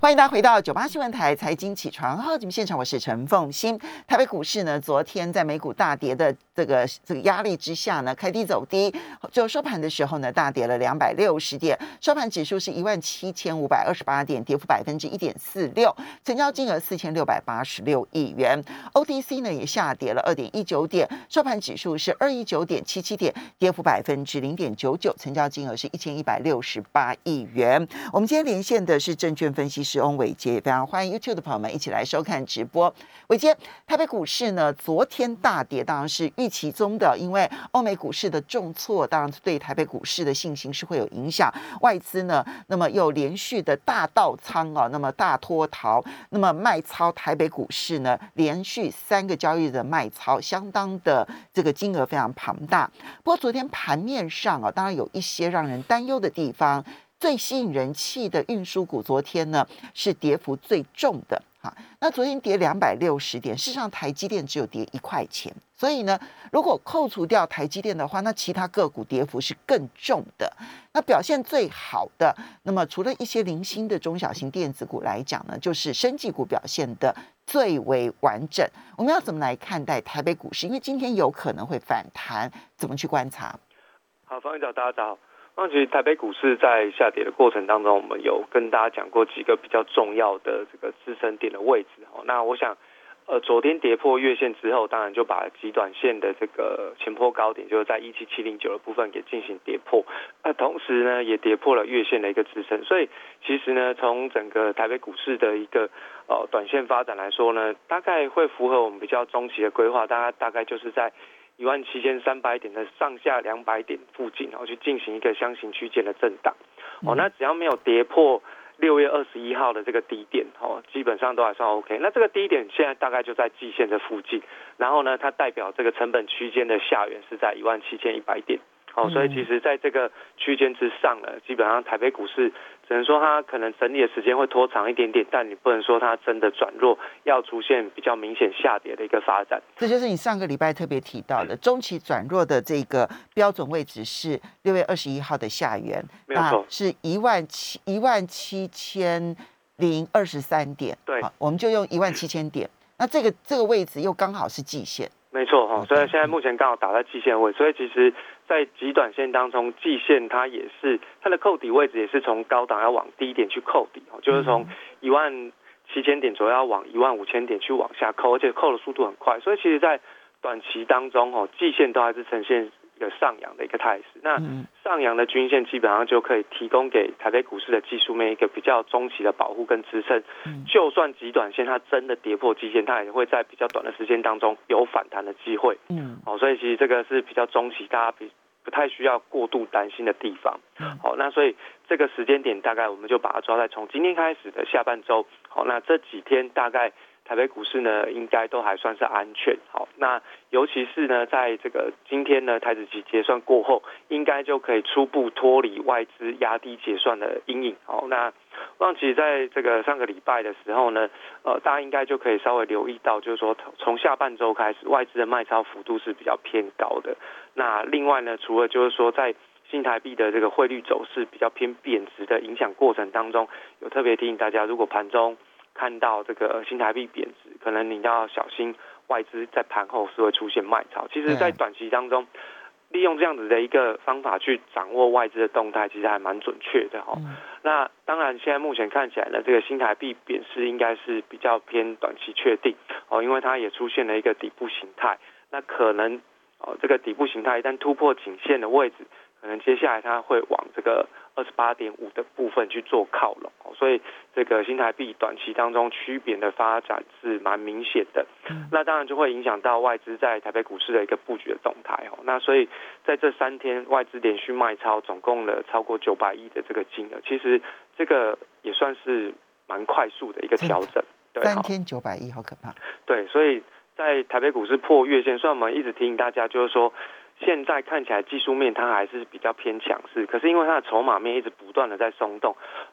欢迎大家回到98新闻台财经起床号节目现场，我是陈凤馨。台北股市呢，昨天在美股大跌的这个压力之下呢，开低走低，最后收盘的时候呢，大跌了260点，收盘指数是17528点，跌幅1.46%，成交金额4686亿元。OTC 呢也下跌了2.19点，收盘指数是219.77点，跌幅0.99%，成交金额是1168亿元。我们今天连线的是证券分析师翁伟杰，也非常欢迎 YouTube 的朋友们一起来收看直播。伟杰，台北股市呢昨天大跌，当然是预期中的，因为欧美股市的重挫，当然对台北股市的信心是会有影响。外资呢，那么又连续的大倒仓那么大脱逃，那么卖超台北股市呢，连续3个交易日的卖超，相当的这个金额非常庞大。不过昨天盘面上当然有一些让人担忧的地方。最吸引人气的运输股，昨天呢是跌幅最重的那昨天跌260点，事实上台积电只有跌1块钱，所以呢，如果扣除掉台积电的话，那其他个股跌幅是更重的。那表现最好的，那么除了一些零星的中小型电子股来讲呢，就是生技股表现的最为完整。我们要怎么来看待台北股市？因为今天有可能会反弹，怎么去观察？ 好，方早，大家早。那其实台北股市在下跌的过程当中，我们有跟大家讲过几个比较重要的这个支撑点的位置。那我想，昨天跌破月线之后，当然就把极短线的这个前波高点，就是在17709的部分给进行跌破。那同时呢，也跌破了月线的一个支撑。所以其实呢，从整个台北股市的一个短线发展来说呢，大概会符合我们比较中期的规划，大概就是在17300点的上下200点附近，然后去进行一个箱型区间的震荡。那只要没有跌破6月21号的这个低点，基本上都还算 OK。那这个低点现在大概就在季线的附近，然后呢，它代表这个成本区间的下缘是在17100点。所以其实在这个区间之上呢，基本上台北股市只能说它可能整理的时间会拖长一点点，但你不能说它真的转弱，要出现比较明显下跌的一个发展。 这就是你上个礼拜特别提到的中期转弱的这个标准位置是6月21号的下缘， 没有错， 是17023点。 对， 我们就用17000点。那这个位置又刚好是季线。 没错所以现在目前刚好打在季线位，所以其实在极短线当中，季线它也是它的扣底位置也是从高档要往低点去扣底，就是从17000点左右要往15000点去往下扣，而且扣的速度很快，所以其实在短期当中季线都还是呈现一个上扬的一个态势。那上扬的均线基本上就可以提供给台北股市的技术面一个比较中期的保护跟支撑。就算极短线它真的跌破季线，它也会在比较短的时间当中有反弹的机会。所以其实这个是比较中期，大家不太需要过度担心的地方。那所以这个时间点大概我们就把它抓在从今天开始的下半周。那这几天大概台北股市呢应该都还算是安全。那尤其是呢在这个今天呢台指期结算过后，应该就可以初步脱离外资压低结算的阴影。那其实在这个上个礼拜的时候呢，大家应该就可以稍微留意到，就是说从下半周开始，外资的卖超幅度是比较偏高的。那另外呢，除了就是说在新台币的这个汇率走势比较偏贬值的影响过程当中，有特别提醒大家，如果盘中看到这个新台币贬值，可能你要小心外资在盘后是会出现卖超。其实在短期当中利用这样子的一个方法去掌握外资的动态，其实还蛮准确的。那当然现在目前看起来呢，这个新台币贬势应该是比较偏短期确定，因为它也出现了一个底部形态。那可能这个底部形态一旦突破颈线的位置，可能接下来它会往这个28.5的部分去做靠拢。所以这个新台币短期当中区别的发展是蛮明显的。那当然就会影响到外资在台北股市的一个布局的动态。那所以在这3天外资连续卖超总共了超过900亿的这个金额，其实这个也算是蛮快速的一个调整。 对，3天900亿，好可怕。 对，所以在台北股市破月线，虽然我们一直提醒大家就是说现在看起来技术面它还是比较偏强势，可是因为它的筹码面一直不断的在松动，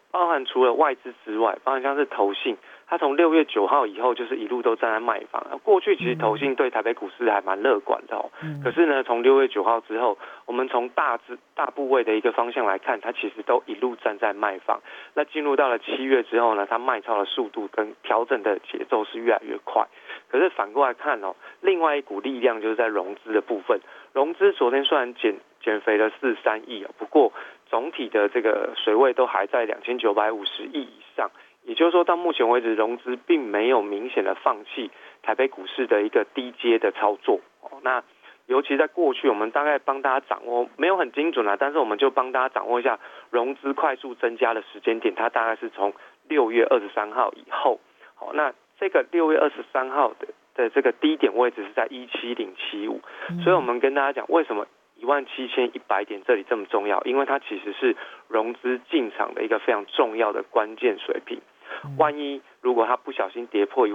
包含除了外资之外，包含像是投信，它从6月9号以后就是一路都站在卖方。过去其实投信对台北股市还蛮乐观的哦，可是呢，从6月9号之后，我们从大部位的一个方向来看，它其实都一路站在卖方。那进入到了7月之后呢，它卖超的速度跟调整的节奏是越来越快。可是反过来看哦，另外一股力量就是在融资的部分。融资昨天虽然减肥了43亿哦，不过总体的这个水位都还在2950亿以上。也就是说，到目前为止，融资并没有明显的放弃台北股市的一个低阶的操作。那尤其在过去，我们大概帮大家掌握，没有很精准啦，但是我们就帮大家掌握一下融资快速增加的时间点，它大概是从6月23号以后。好，那这个6月23号的这个低点位置是在17075，所以我们跟大家讲为什么17100点这里这么重要，因为它其实是融资进场的一个非常重要的关键水平。万一如果它不小心跌破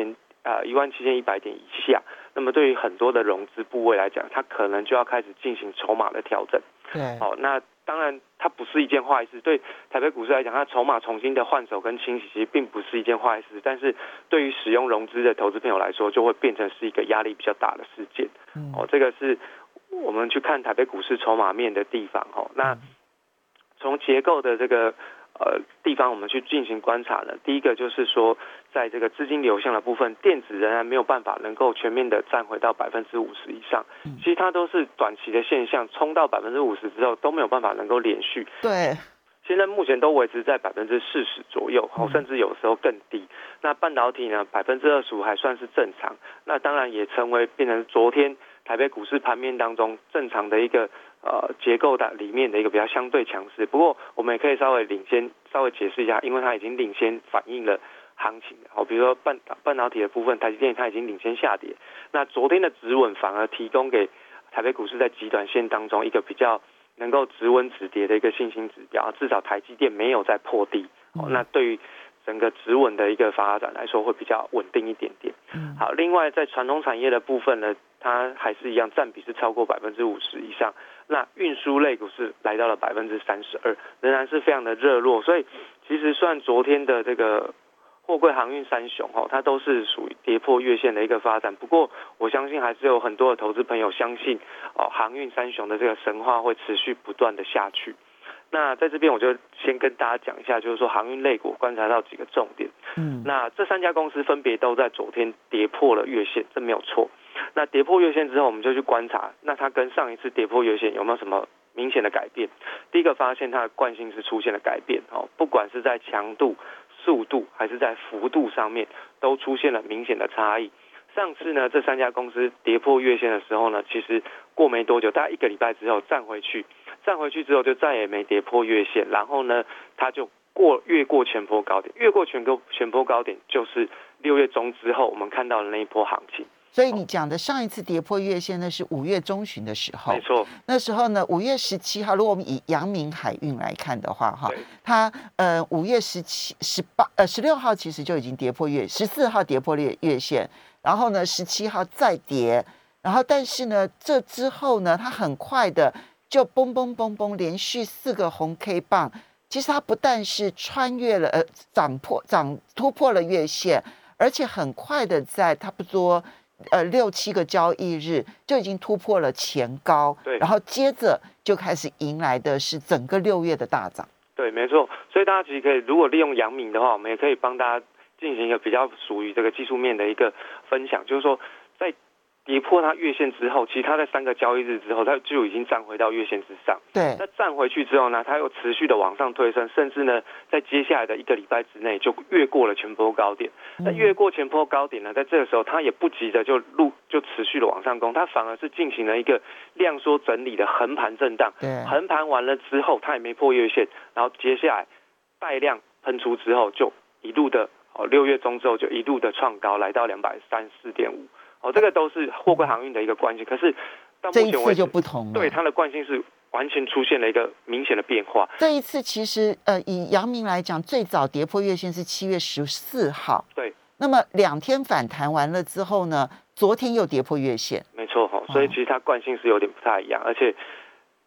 17100点以下，那么对于很多的融资部位来讲，它可能就要开始进行筹码的调整。 对， 好，那当然它不是一件坏事，对台北股市来讲，它筹码重新的换手跟清洗其实并不是一件坏事，但是对于使用融资的投资朋友来说，就会变成是一个压力比较大的事件。这个是我们去看台北股市筹码面的地方。那从结构的这个地方我们去进行观察呢，第一个就是说，在这个资金流向的部分，电子仍然没有办法能够全面的站回到50%以上，其他都是短期的现象，冲到50%之后都没有办法能够连续。 对， 现在目前都维持在40%左右，甚至有时候更低。那半导体呢，25%还算是正常，那当然也变成昨天台北股市盘面当中正常的一个结构的里面的一个比较相对强势。不过我们也可以稍微解释一下，因为它已经领先反映了行情。比如说半导体的部分，台积电它已经领先下跌。那昨天的止稳反而提供给台北股市在极短线当中一个比较能够止稳止跌的一个信心指标，至少台积电没有再破低。那对于整个止稳的一个发展来说会比较稳定一点点。好，另外在传统产业的部分呢，它还是一样占比是超过50%以上。那运输类股是来到了32%，仍然是非常的热络。所以其实算昨天的这个货柜航运三雄它都是属于跌破月线的一个发展。不过我相信还是有很多的投资朋友相信航运三雄的这个神话会持续不断的下去。那在这边我就先跟大家讲一下，就是说航运类股观察到几个重点。那这3家公司分别都在昨天跌破了月线，这没有错。那跌破月线之后，我们就去观察，那它跟上一次跌破月线有没有什么明显的改变？第一个发现它的惯性是出现了改变，不管是在强度、速度还是在幅度上面，都出现了明显的差异。上次呢，这3家公司跌破月线的时候呢，其实过没多久，大概1个礼拜之后站回去之后就再也没跌破月线，然后呢，它就越过前波高点，越过前波高点就是6月中之后我们看到的那一波行情。 所以你讲的上一次跌破月线呢是5月中旬的时候， 没错。 那时候呢，5月17号，如果我们以阳明海运来看的话，它5月16号其实就已经跌破14号跌破月线，然后呢17号再跌，然后但是呢这之后呢，它很快的就嘣嘣嘣嘣连续4个红 K 棒，其实它不但是穿越了突破了月线，而且很快的在差不多6-7个交易日就已经突破了前高，然后接着就开始迎来的是整个6月的大涨。 对，没错。所以大家其实可以，如果利用阳明的话，我们也可以帮大家进行一个比较属于这个技术面的一个分享，就是说在跌破它月线之后，其实它在3个交易日之后，它就已经站回到月线之上。 对。 那站回去之后呢，它又持续的往上推升，甚至呢，在接下来的1个礼拜之内就越过了前波高点。那越过前波高点呢，在这个时候它也不急的就持续的往上攻，它反而是进行了一个量缩整理的横盘震荡。 对。横盘完了之后，它也没破月线，然后接下来带量喷出之后，就一路的6月中之后就一路的创高，来到234.5。这个都是货柜航运的一个惯性，可是到目前为止这一次就不同了。 对，它的惯性是完全出现了一个明显的变化。 这一次其实以阳明来讲，最早跌破月线是7月14号。 对。 那么2天反弹完了之后呢，昨天又跌破月线。 没错，所以其实它惯性是有点不太一样，而且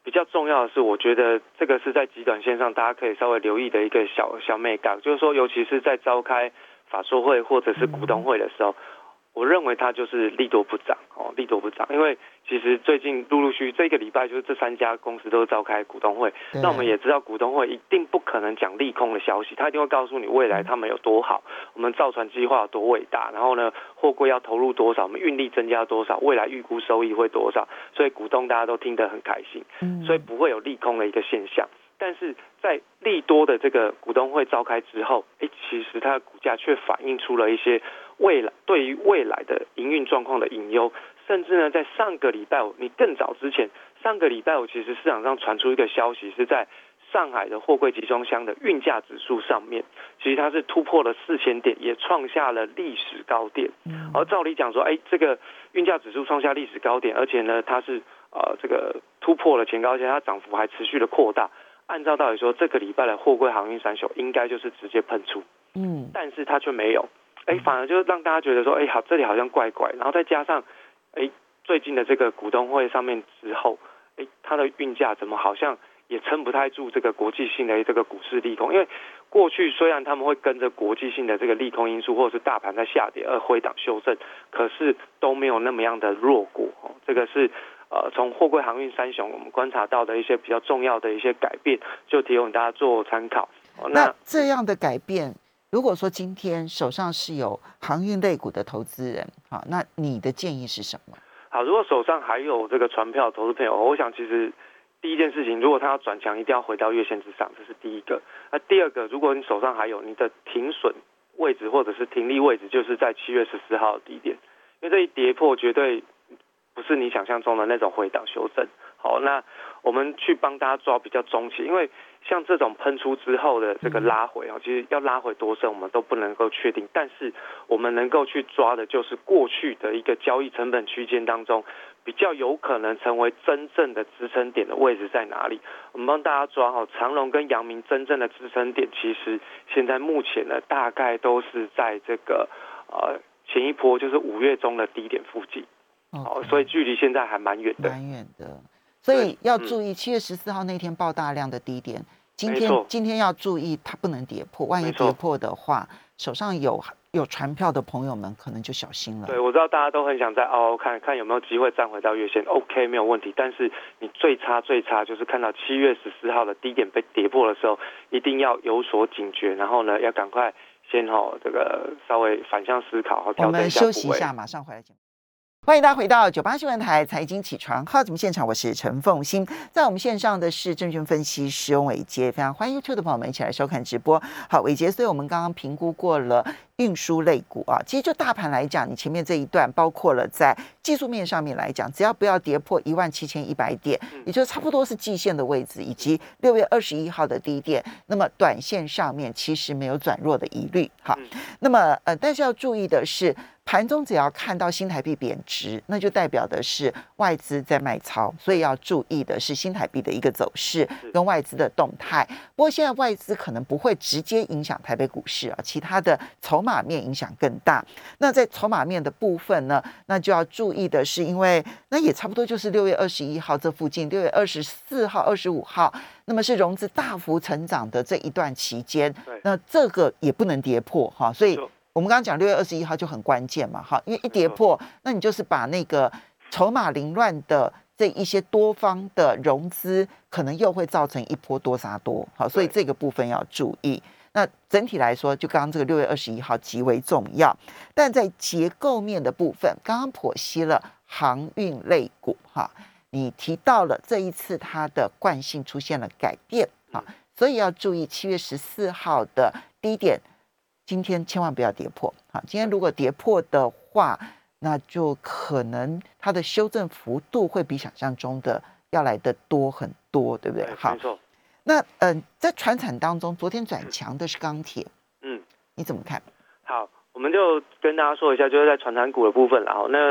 比较重要的是，我觉得这个是在极短线上大家可以稍微留意的一个小美感，就是说，尤其是在召开法说会或者是股东会的时候，我认为它就是利多不涨利多不涨，因为其实最近陆续这个礼拜就是这3家公司都召开股东会，那我们也知道股东会一定不可能讲利空的消息，他一定会告诉你未来他们有多好，我们造船计划有多伟大，然后呢货柜要投入多少，我们运力增加多少，未来预估收益会多少，所以股东大家都听得很开心，所以不会有利空的一个现象。但是在利多的这个股东会召开之后，其实它的股价却反映出了一些对于未来的营运状况的隐忧，甚至呢，在上个礼拜五，你更早之前，上个礼拜五其实市场上传出一个消息，是在上海的货柜集装箱的运价指数上面，其实它是突破了4000点，也创下了历史高点。而照理讲说，这个运价指数创下历史高点，而且呢，它是这个突破了前高线，它涨幅还持续的扩大。按照道理说，这个礼拜的货柜航运三雄应该就是直接喷出，但是它却没有，反而就让大家觉得说，好，这里好像怪怪，然后再加上，最近的这个股东会上面之后，它的运价怎么好像也撑不太住这个国际性的这个股市利空，因为过去虽然他们会跟着国际性的这个利空因素或者是大盘在下跌而回档修正，可是都没有那么样的弱过，这个是从货柜航运三雄我们观察到的一些比较重要的一些改变，就提供大家做参考。 那这样的改变，如果说今天手上是有航运类股的投资人，好，那你的建议是什么？ 好，如果手上还有这个船票投资朋友，我想其实第一件事情，如果他要转强，一定要回到月线之上，这是第一个。那第二个，如果你手上还有你的停损位置或者是停利位置，就是在7月14号的低点，因为这一跌破绝对不是你想象中的那种回档修正。好，那我们去帮大家抓比较中期，因为像这种喷出之后的这个拉回其实要拉回多深我们都不能够确定，但是我们能够去抓的就是过去的一个交易成本区间当中比较有可能成为真正的支撑点的位置在哪里。我们帮大家抓长荣跟阳明真正的支撑点，其实现在目前呢大概都是在这个前一波就是5月中的低点附近。所以距离现在还蛮远的， 所以要注意7月14号那天爆大量的低点，今天要注意它不能跌破，万一跌破的话，手上有船票的朋友们可能就小心了。 对，我知道大家都很想再熬看看有没有机会站回到月线 ，OK 没有问题，但是你最差就是看到7月14号的低点被跌破的时候，一定要有所警觉，然后呢要赶快先这个稍微反向思考，调整一下部位。我们休息一下， 马上回来讲。欢迎大家回到98新闻台财经起床号节目现场，我是陈凤馨，在我们线上的是证券分析师翁伟杰，非常欢迎 YouTube 的朋友们一起来收看直播。好，伟杰，所以我们刚刚评估过了运输类股啊，其实就大盘来讲，你前面这一段包括了在技术面上面来讲，只要不要跌破17100点，也就差不多是季线的位置，以及6月21号的低点，那么短线上面其实没有转弱的疑虑。好，那么但是要注意的是，盘中只要看到新台币贬值，那就代表的是外资在卖超，所以要注意的是新台币的一个走势跟外资的动态。不过现在外资可能不会直接影响台北股市啊，其他的筹码面影响更大。那在筹码面的部分呢，那就要注意的是，因为那也差不多就是6月21号这附近，6月24号、25号，那么是融资大幅成长的这一段期间，那这个也不能跌破哈，所以我们刚刚讲6月21号就很关键嘛，哈，因为一跌破，那你就是把那个筹码凌乱的这一些多方的融资，可能又会造成一波多杀多，好，所以这个部分要注意。那整体来说，就刚刚这个6月21号极为重要，但在结构面的部分，刚刚剖析了航运类股，哈，你提到了这一次它的惯性出现了改变，哈，所以要注意7月14号的低点。今天千万不要跌破，好，今天如果跌破的话，那就可能它的修正幅度会比想象中的要来的多很多，对不对？好， 没错。 那在传产当中，昨天转强的是钢铁，你怎么看？ 好，我们就跟大家说一下，就是在传产股的部分啦。那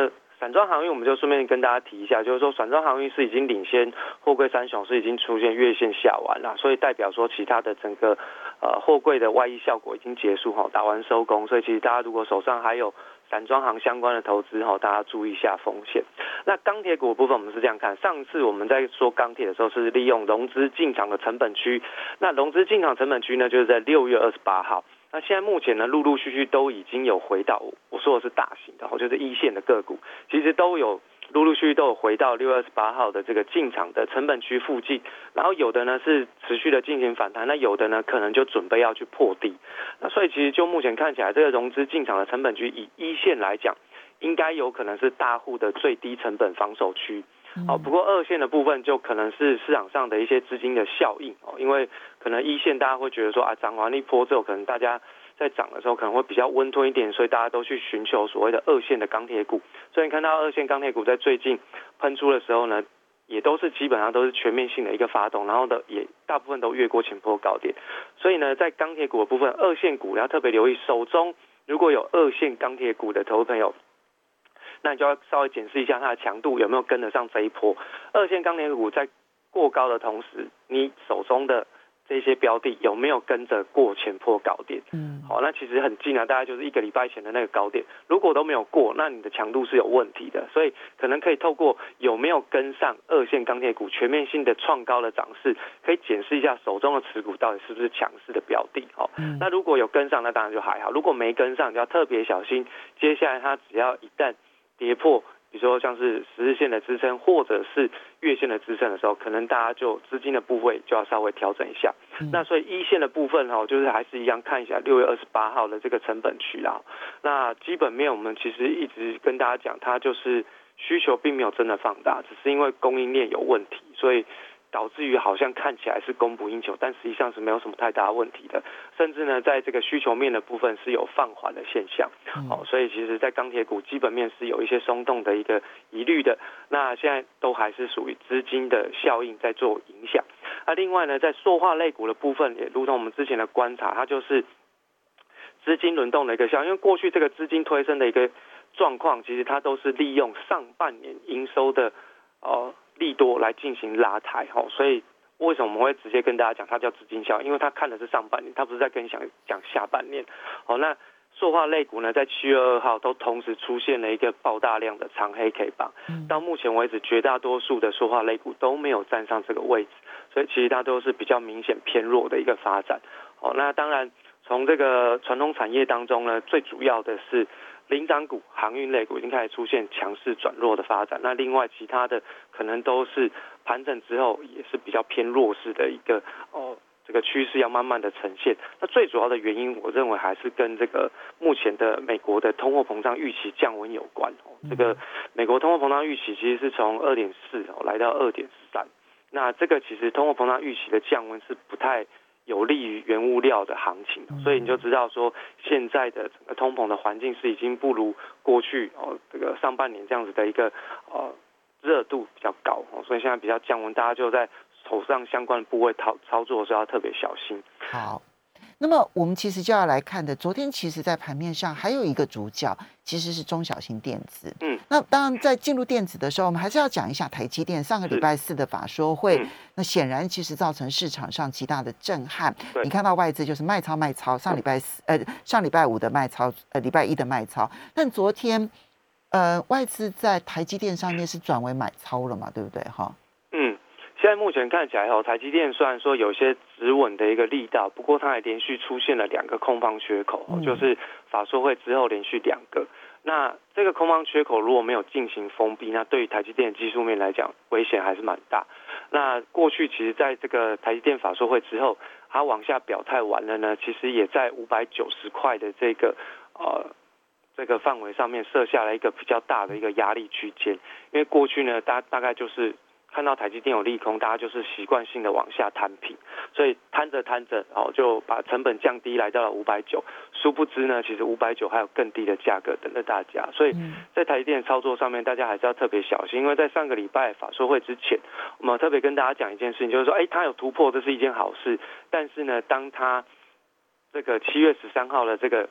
散装航运我们就顺便跟大家提一下，就是说散装航运是已经领先货柜三雄，是已经出现月线下弯了，所以代表说其他的整个货柜的外溢效果已经结束打完收工，所以其实大家如果手上还有散装航相关的投资大家注意一下风险。那钢铁股的部分我们是这样看，上次我们在说钢铁的时候是利用融资进场的成本区，那融资进场成本区呢就是在6月28号。那现在目前呢，陆陆续续都已经有回到，我说的是大型的，就是一线的个股，其实都有陆陆续续都有回到6月28号的这个进场的成本区附近，然后有的呢是持续的进行反弹，那有的呢可能就准备要去破底。那所以其实就目前看起来，这个融资进场的成本区以一线来讲，应该有可能是大户的最低成本防守区。不过二线的部分就可能是市场上的一些资金的效应因为可能一线大家会觉得说涨完一波之后，可能大家在涨的时候可能会比较温吞一点，所以大家都去寻求所谓的二线的钢铁股。所以你看到二线钢铁股在最近喷出的时候呢，也都是基本上都是全面性的一个发动，然后也大部分都越过前波高点。所以呢，在钢铁股的部分，二线股要特别留意，手中如果有二线钢铁股的投资朋友，那你就要稍微检视一下它的强度有没有跟得上这一波。二线钢铁股在过高的同时，你手中的这些标的有没有跟着过前波高点？好，那其实很近大概就是1个礼拜前的那个高点，如果都没有过，那你的强度是有问题的。所以可能可以透过有没有跟上二线钢铁股全面性的创高的涨势，可以检视一下手中的持股到底是不是强势的标的。那如果有跟上，那当然就还好；如果没跟上，你就要特别小心。接下来它只要一旦跌破，比如说像是10日线的支撑或者是月线的支撑的时候，可能大家就资金的部位就要稍微调整一下。那所以一线的部分就是还是一样看一下6月28号的这个成本区啦。那基本面我们其实一直跟大家讲，它就是需求并没有真的放大，只是因为供应链有问题，所以导致于好像看起来是供不应求，但实际上是没有什么太大问题的，甚至呢在这个需求面的部分是有放缓的现象。所以其实在钢铁股基本面是有一些松动的一个疑虑的，那现在都还是属于资金的效应在做影响。另外呢，在塑化类股的部分，也如同我们之前的观察，它就是资金轮动的一个效应，因为过去这个资金推升的一个状况，其实它都是利用上半年营收的利多来进行拉抬，所以为什么我们会直接跟大家讲它叫资金效应？因为它看的是上半年，它不是在跟你讲下半年。那塑化类股呢，在7月2号都同时出现了一个爆大量的长黑 K 棒，到目前为止绝大多数的塑化类股都没有站上这个位置，所以其实它都是比较明显偏弱的一个发展。那当然从这个传统产业当中呢，最主要的是领涨股、航运类股已经开始出现强势转弱的发展，那另外其他的可能都是盘整之后也是比较偏弱势的一个这个趋势要慢慢的呈现。那最主要的原因，我认为还是跟这个目前的美国的通货膨胀预期降温有关。这个美国通货膨胀预期其实是从 2.4 来到 2.3， 那这个其实通货膨胀预期的降温是不太有利于原物料的行情，所以你就知道说现在的整个通膨的环境是已经不如过去这个上半年这样子的一个热度比较高，所以现在比较降温，大家就在手上相关的部位操作的时候要特别小心。 好，那么我们其实就要来看的，昨天其实在盘面上还有一个主角，其实是中小型电子。那当然在进入电子的时候，我们还是要讲一下台积电上个礼拜4的法说会，那显然其实造成市场上极大的震撼。你看到外资就是卖超，上礼拜5的卖超，礼拜1的卖超，但昨天外资在台积电上面是转为买超了嘛，对不对哈？ 现在目前看起来台积电虽然说有些止稳的一个力道，不过它也连续出现了2个空方缺口，就是法说会之后连续2个。那这个空方缺口如果没有进行封闭，那对于台积电的技术面来讲，危险还是蛮大。那过去其实在这个台积电法说会之后，它往下表态完了呢，其实也在590块的这个范围上面设下了一个比较大的一个压力区间，因为过去呢大概就是看到台积电有利空，大家就是习惯性的往下摊平，所以摊着就把成本降低来到了590，殊不知呢，其实590还有更低的价格等着大家，所以在台积电操作上面，大家还是要特别小心，因为在上个礼拜法说会之前，我们特别跟大家讲一件事情，就是说，它有突破，这是一件好事，但是呢，当它这个7月13号的这个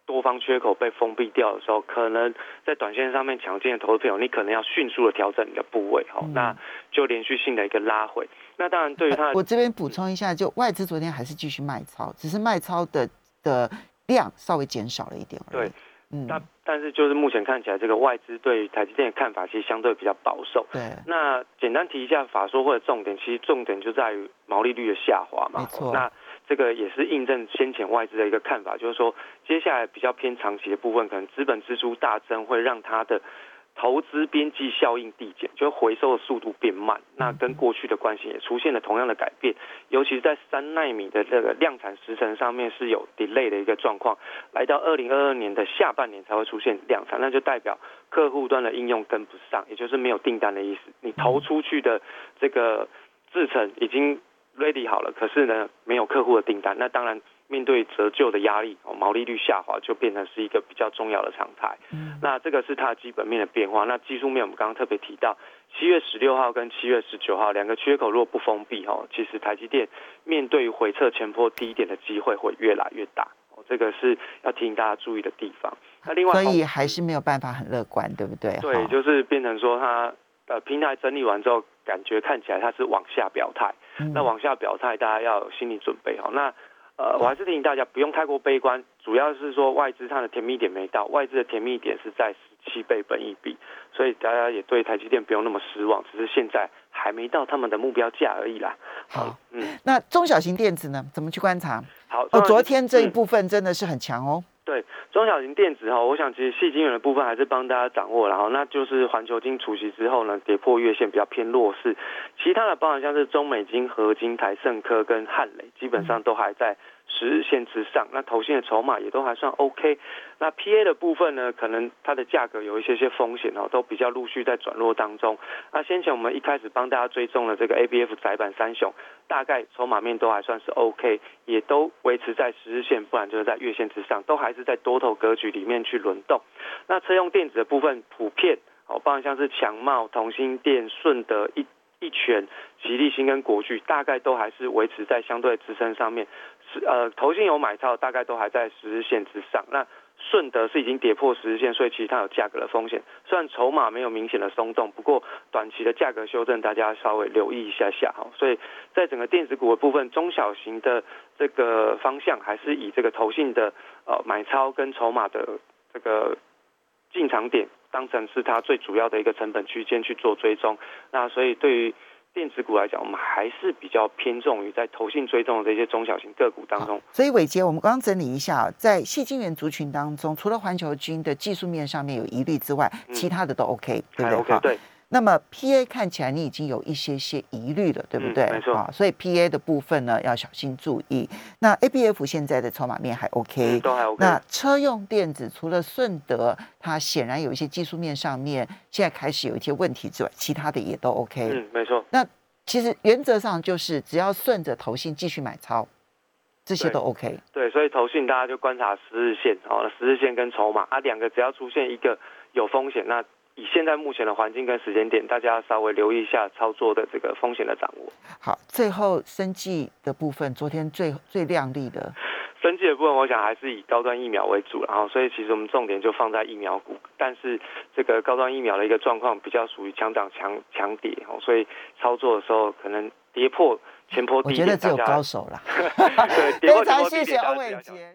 多方缺口被封闭掉的时候，可能在短线上面抢进的投资朋友，你可能要迅速的调整你的部位，那就连续性的一个拉回。那当然对于它， 我这边补充一下，就外资昨天还是继续卖超，只是卖超的量稍微减少了一点而已。 对，但是就是目前看起来，这个外资对于台积电的看法其实相对比较保守。 对， 那简单提一下法说会的重点，其实重点就在于毛利率的下滑嘛。 没错。 那这个也是印证先前外资的一个看法，就是说接下来比较偏长期的部分，可能资本支出大增会让它的投资边际效应递减，就是回收的速度变慢，那跟过去的关系也出现了同样的改变，尤其是在3奈米的这个量产时程上面是有 delay 的一个状况，来到2022年的下半年才会出现量产，那就代表客户端的应用跟不上，也就是没有订单的意思。你投出去的这个制程已经 ready 好了，可是呢没有客户的订单，那当然面对折旧的压力，毛利率下滑就变成是一个比较重要的常态。那这个是它基本面的变化。那技术面我们刚刚特别提到，7月16号跟7月19号两个缺口如果不封闭，其实台积电面对回测前波低点的机会会越来越大。这个是要提醒大家注意的地方。那另外， 所以还是没有办法很乐观，对不对？ 对，就是变成说它平台整理完之后，感觉看起来它是往下表态。那往下表态，大家要有心理准备。那我还是提醒大家不用太过悲观，主要是说外资它的甜蜜点没到，外资的甜蜜点是在17倍本益比，所以大家也对台积电不用那么失望，只是现在还没到他们的目标价而已啦。 好，那中小型电子呢，怎么去观察？ 好， 昨天这一部分真的是很强哦。 对，中小型电子我想其实矽晶圆的部分还是帮大家掌握，然后那就是环球晶除息之后呢，跌破月线比较偏弱势，其他的包含像是中美晶、合晶、台盛科跟汉磊，基本上都还在10日线之上，那投信的筹码也都还算 OK。那 PA 的部分呢，可能它的价格有一些风险都比较陆续在转弱当中。那先前我们一开始帮大家追踪了这个 ABF 载板三雄，大概筹码面都还算是 OK， 也都维持在10日线，不然就是在月线之上，都还是在多头格局里面去轮动。那车用电子的部分普遍包含像是强茂、同心电、顺德、一拳、吉利新跟国巨，大概都还是维持在相对支撑上面。投信有买超，大概都还在10日线之上。那顺德是已经跌破10日线，所以其实它有价格的风险。虽然筹码没有明显的松动，不过短期的价格修正，大家稍微留意一下下。所以在整个电子股的部分，中小型的这个方向还是以这个投信的买超跟筹码的这个进场点当成是它最主要的一个成本区间去做追踪。那所以对于电子股来讲，我们还是比较偏重于在投信追踪的这些中小型个股当中。 所以伟捷，我们刚刚整理一下，在矽晶圆族群当中，除了环球晶的技术面上面有疑虑之外，其他的都 OK， 对不对？ OK， 对。 那么 PA 看起来你已经有一些疑虑了，对不对？ 没错。 所以 PA 的部分呢要小心注意。那 ABF 现在的筹码面还 OK， 都还 OK。 那车用电子除了顺德，它显然有一些技术面上面现在开始有一些问题之外，其他的也都 OK。 没错。 那其实原则上就是只要顺着投信继续买超，这些都 OK。 对，所以投信大家就观察10日线，10日线跟筹码两个只要出现一个有风险，那以现在目前的环境跟时间点，大家稍微留意一下操作的这个风险的掌握。 好，最后生技的部分，昨天最亮丽的。 生技的部分，我想还是以高端疫苗为主，然后所以其实我们重点就放在疫苗股，但是这个高端疫苗的一个状况比较属于强涨强跌，所以操作的时候可能跌破前波低点， 我觉得只有高手啦。 对， 非常谢谢欧伟捷。